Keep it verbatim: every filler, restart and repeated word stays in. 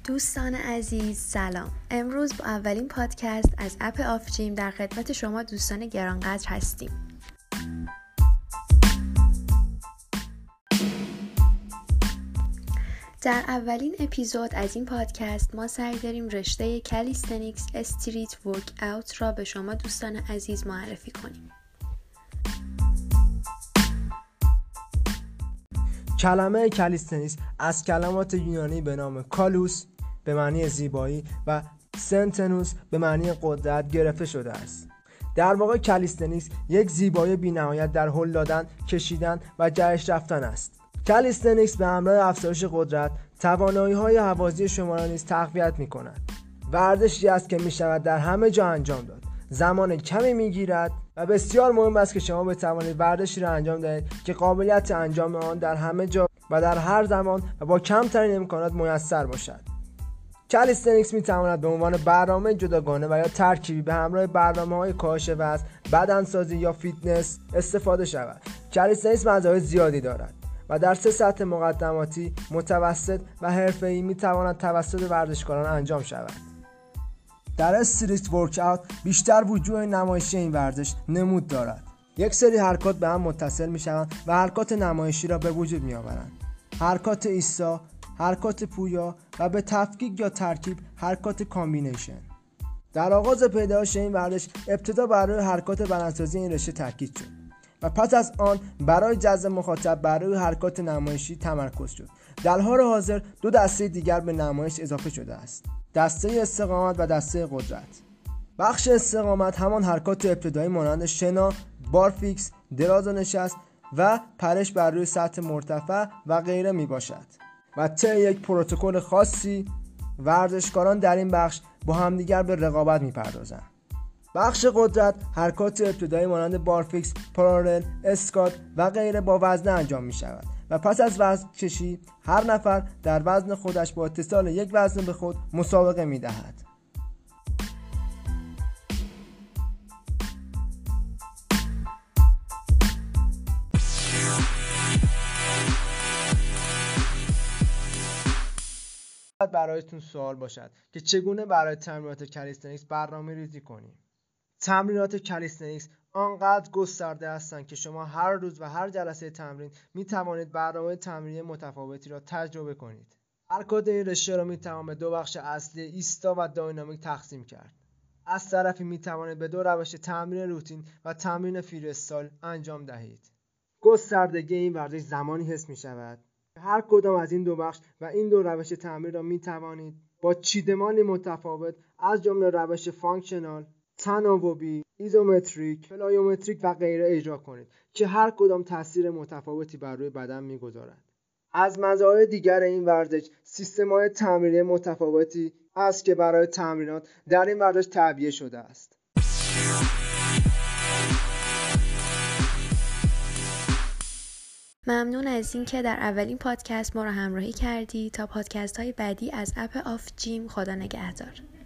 دوستان عزیز سلام. امروز با اولین پادکست از اپ آف جیم در خدمت شما دوستان گرانقدر هستیم. در اولین اپیزود از این پادکست ما سعی داریم رشته کالیستنیکس استریت ورک اوت را به شما دوستان عزیز معرفی کنیم. کلمه کالیستنیکس از کلمات یونانی به نام کالوس به معنی زیبایی و سنتنوس به معنی قدرت گرفته شده است. در واقع کالیستنیکس یک زیبایی بی‌نهایت در هل دادن، کشیدن و جهش رفتن است. کالیستنیکس به همراه افزایش قدرت توانایی‌های هوازی شما را نیز تقویت می‌کند. ورزشی است که می‌شود در همه جا انجام داد. زمان کمی می‌گیرد و بسیار مهم است که شما بتوانید ورزشی را انجام دهید که قابلیت انجام آن در همه جا و در هر زمان و با کمترین امکانات میسر باشد. کالیستنیکس می‌تواند به عنوان برنامه جداگانه و یا ترکیبی به همراه برنامه‌های کاهش وزن، بدنسازی یا فیتنس استفاده شود. کالیستنیکس مزایای زیادی دارد و در سه سطح مقدماتی، متوسط و حرفه‌ای می‌تواند توسط ورزشکاران انجام شود. در استریت ورک اوت بیشتر وجوه نمایشی این ورزش نمود دارد. یک سری حرکات به هم متصل می‌شوند و حرکات نمایشی را به وجود می‌آورند. حرکات ایستا، حرکات پویا و به تفکیک یا ترکیب حرکات کامبینیشن. در آغاز پیدایش این ورزش ابتدا برای حرکات بدنسازی این رشته تاکید شد و پس از آن برای جذب مخاطب برای حرکات نمایشی تمرکز شد. در حال حاضر دو دسته دیگر به نمایش اضافه شده است: دسته استقامت و دسته قدرت. بخش استقامت همان حرکات ابتدایی مانند شنا، بارفیکس، دراز و نشست و پرش بر روی سطح مرتفع و غیره می باشد و طی یک پروتکل خاصی ورزشکاران در این بخش با همدیگر به رقابت می پردازند. بخش قدرت حرکات ابتدایی مانند بارفیکس، پارالل، اسکات و غیره با وزنه انجام می شود و پس از وزن کشی هر نفر در وزن خودش با اتصال یک وزن به خود مسابقه می دهد. برایتون سوال باشد که چگونه برای تمرینات کالیستنیکس برنامه ریزی کنیم. تمرینات کالیستنیکس آنقدر گسترده هستند که شما هر روز و هر جلسه تمرین می توانید برنامه تمرینی متفاوتی را تجربه کنید. حرکات این رشته را می توان به دو بخش اصلی ایستا و داینامیک تقسیم کرد. از طرفی می توانید به دو روش تمرین روتین و تمرین فری استایل انجام دهید. گستردگی این ورزش زمانی حس می شود هر کدام از این دو بخش و این دو روش تمرین را می توانید با چیدمانی متفاوت از جمله روش فانکشنال، تناوبی، ایزومتریک، پلایومتریک و غیره اجرا کنید که هر کدام تاثیر متفاوتی بر روی بدن می‌گذارد. از مزایای دیگر این ورزش سیستم‌های تمرینی متفاوتی است که برای تمرینات در این ورزش تعبیه شده است. ممنون از این که در اولین پادکست ما را همراهی کردی. تا پادکست های بعدی از اپ آف جیم، خدا نگهدار.